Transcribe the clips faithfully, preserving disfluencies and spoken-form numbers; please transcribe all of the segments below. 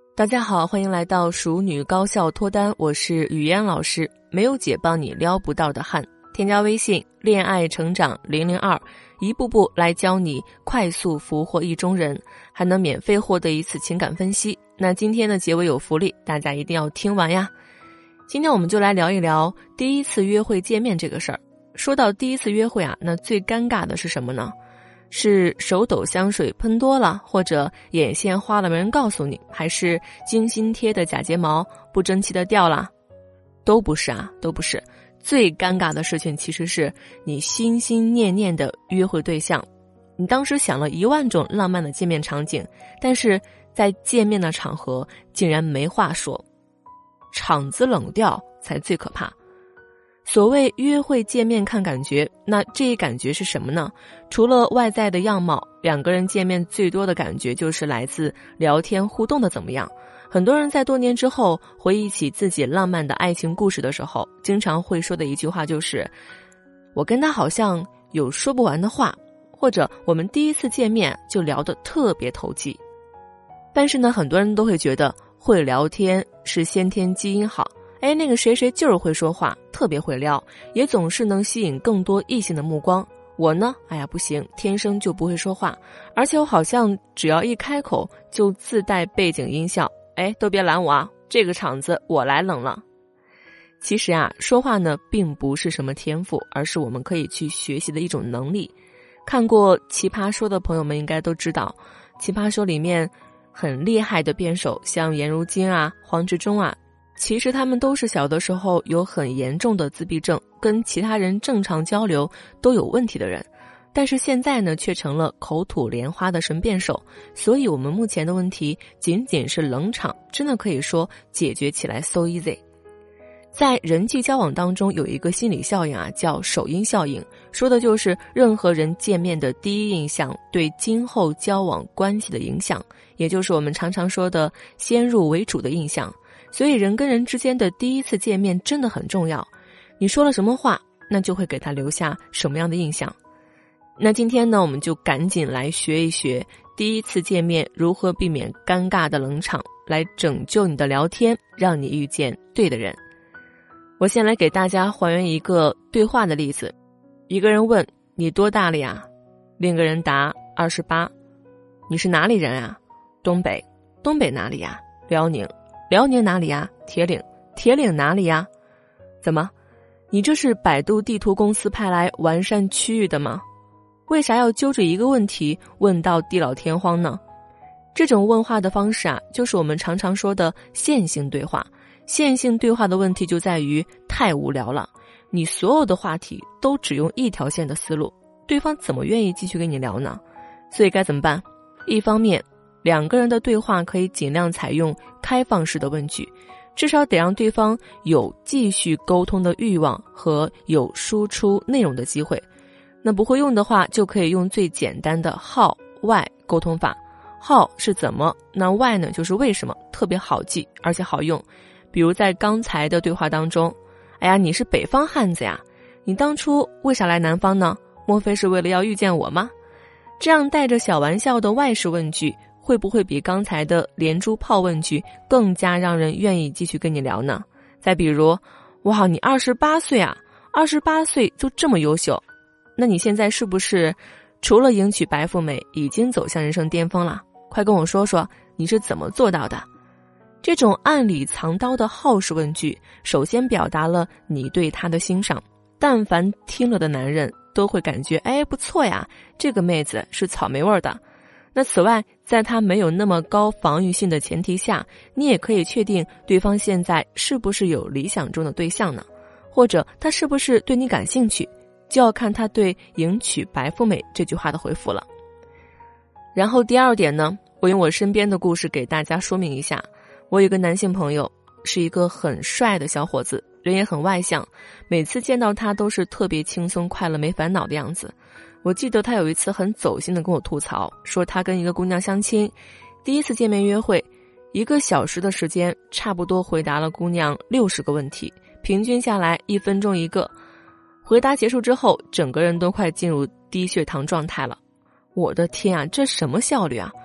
大家好，欢迎来到熟女高效脱单，我是语嫣老师，没有姐帮你撩不到的汉。添加微信恋爱成长零零二，一步步来教你快速俘获意中人，还能免费获得一次情感分析。那今天的结尾有福利，大家一定要听完呀。今天我们就来聊一聊第一次约会见面这个事儿。说到第一次约会啊，那最尴尬的是什么呢？是手抖香水喷多了，或者眼线花了没人告诉你，还是精心贴的假睫毛不争气的掉了？都不是啊，都不是。最尴尬的事情其实是你心心念念的约会对象，你当时想了一万种浪漫的见面场景，但是在见面的场合竟然没话说，场子冷掉才最可怕。所谓约会见面看感觉，那这一感觉是什么呢？除了外在的样貌，两个人见面最多的感觉就是来自聊天互动的怎么样。很多人在多年之后回忆起自己浪漫的爱情故事的时候，经常会说的一句话就是我跟他好像有说不完的话，或者我们第一次见面就聊得特别投机。但是呢，很多人都会觉得会聊天是先天基因好，哎，那个谁谁就是会说话，特别会撩，也总是能吸引更多异性的目光。我呢，哎呀不行，天生就不会说话，而且我好像只要一开口就自带背景音效，哎，都别拦我啊，这个场子我来冷了。其实啊，说话呢并不是什么天赋，而是我们可以去学习的一种能力。看过《奇葩说》的朋友们应该都知道，《奇葩说》里面很厉害的辩手，像颜如晶啊、黄执中啊，其实他们都是小的时候有很严重的自闭症，跟其他人正常交流都有问题的人，但是现在呢却成了口吐莲花的神辩手。所以我们目前的问题仅仅是冷场，真的可以说解决起来 so easy。 在人际交往当中有一个心理效应啊，叫首因效应，说的就是任何人见面的第一印象对今后交往关系的影响，也就是我们常常说的先入为主的印象。所以人跟人之间的第一次见面真的很重要，你说了什么话，那就会给他留下什么样的印象。那今天呢，我们就赶紧来学一学第一次见面如何避免尴尬的冷场，来拯救你的聊天，让你遇见对的人。我先来给大家还原一个对话的例子。一个人问你多大了呀？另一个人答二十八。你是哪里人啊？东北。东北哪里呀？辽宁。辽宁哪里呀？铁岭。铁岭哪里呀？怎么，你这是百度地图公司派来完善区域的吗？为啥要揪着一个问题问到地老天荒呢？这种问话的方式啊，就是我们常常说的线性对话。线性对话的问题就在于太无聊了，你所有的话题都只用一条线的思路，对方怎么愿意继续跟你聊呢？所以该怎么办？一方面，两个人的对话可以尽量采用开放式的问句，至少得让对方有继续沟通的欲望和有输出内容的机会。那不会用的话，就可以用最简单的 how why 沟通法。 how 是怎么，那 why 呢就是为什么，特别好记而且好用。比如在刚才的对话当中，哎呀，你是北方汉子呀，你当初为啥来南方呢？莫非是为了要遇见我吗？这样带着小玩笑的外式问句，会不会比刚才的连珠炮问句更加让人愿意继续跟你聊呢？再比如，哇，你二十八岁啊，二十八岁就这么优秀，那你现在是不是除了迎娶白富美，已经走向人生巅峰了？快跟我说说你是怎么做到的？这种暗里藏刀的好式问句，首先表达了你对他的欣赏，但凡听了的男人都会感觉，哎，不错呀，这个妹子是草莓味的。那此外，在他没有那么高防御性的前提下，你也可以确定对方现在是不是有理想中的对象呢？或者他是不是对你感兴趣，就要看他对迎娶白富美这句话的回复了。然后第二点呢，我用我身边的故事给大家说明一下。我有个男性朋友，是一个很帅的小伙子，人也很外向，每次见到他都是特别轻松快乐没烦恼的样子。我记得他有一次很走心的跟我吐槽，说他跟一个姑娘相亲，第一次见面约会，一个小时的时间差不多回答了姑娘六十个问题，平均下来一分钟一个。回答结束之后，整个人都快进入低血糖状态了。我的天啊，这什么效率啊！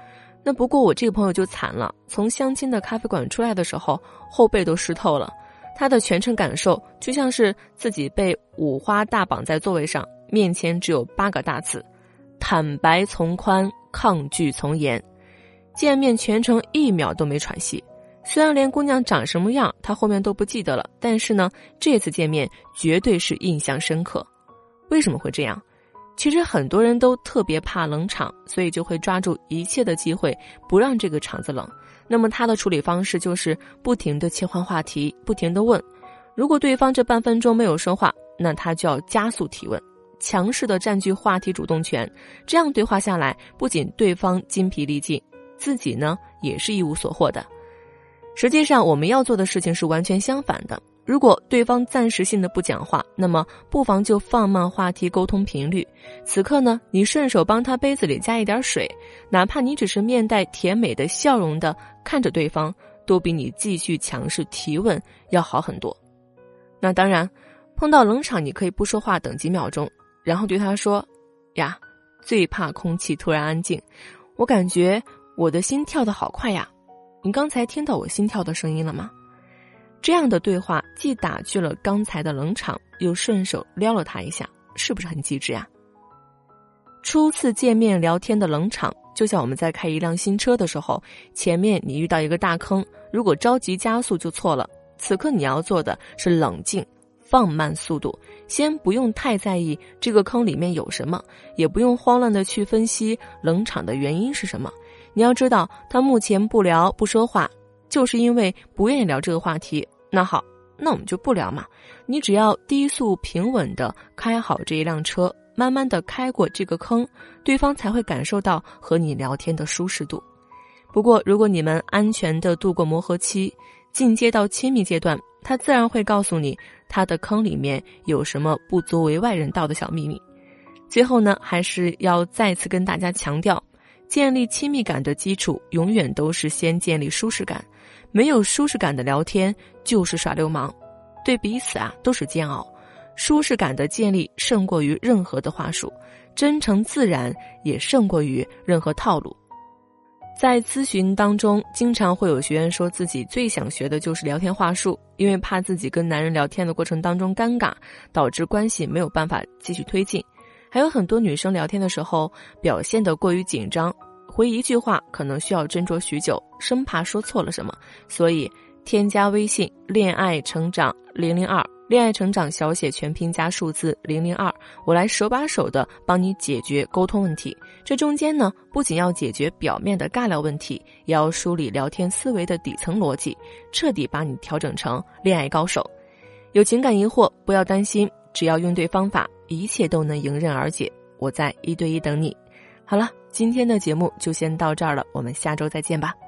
那不过我这个朋友就惨了，从相亲的咖啡馆出来的时候，后背都湿透了。他的全程感受就像是自己被五花大绑在座位上，面前只有八个大字：坦白从宽，抗拒从严。见面全程一秒都没喘息。虽然连姑娘长什么样他后面都不记得了，但是呢，这次见面绝对是印象深刻。为什么会这样？其实很多人都特别怕冷场，所以就会抓住一切的机会不让这个场子冷。那么他的处理方式就是不停地切换话题，不停地问。如果对方这半分钟没有说话，那他就要加速提问，强势地占据话题主动权。这样对话下来，不仅对方精疲力尽，自己呢也是一无所获的。实际上我们要做的事情是完全相反的。如果对方暂时性的不讲话，那么不妨就放慢话题沟通频率。此刻呢，你顺手帮他杯子里加一点水，哪怕你只是面带甜美的笑容的看着对方，都比你继续强势提问要好很多。那当然，碰到冷场你可以不说话等几秒钟，然后对他说：呀，最怕空气突然安静，我感觉我的心跳得好快呀，你刚才听到我心跳的声音了吗？这样的对话既打去了刚才的冷场，又顺手撩了他一下，是不是很机智呀？初次见面聊天的冷场，就像我们在开一辆新车的时候，前面你遇到一个大坑，如果着急加速就错了。此刻你要做的是冷静，放慢速度，先不用太在意这个坑里面有什么，也不用慌乱的去分析冷场的原因是什么。你要知道，他目前不聊不说话，就是因为不愿意聊这个话题。那好，那我们就不聊嘛。你只要低速平稳地开好这一辆车，慢慢地开过这个坑，对方才会感受到和你聊天的舒适度。不过如果你们安全地度过磨合期，进阶到亲密阶段，他自然会告诉你他的坑里面有什么不足为外人道的小秘密。最后呢，还是要再次跟大家强调，建立亲密感的基础永远都是先建立舒适感。没有舒适感的聊天就是耍流氓，对彼此啊都是煎熬。舒适感的建立胜过于任何的话术，真诚自然也胜过于任何套路。在咨询当中，经常会有学员说自己最想学的就是聊天话术，因为怕自己跟男人聊天的过程当中尴尬，导致关系没有办法继续推进。还有很多女生聊天的时候表现得过于紧张，回一句话可能需要斟酌许久，生怕说错了什么。所以添加微信恋爱成长零零二，恋爱成长小写全拼加数字零零二，我来手把手的帮你解决沟通问题。这中间呢，不仅要解决表面的尬聊问题，也要梳理聊天思维的底层逻辑，彻底把你调整成恋爱高手。有情感疑惑不要担心，只要用对方法，一切都能迎刃而解。我在一对一等你。好了，今天的节目就先到这儿了，我们下周再见吧。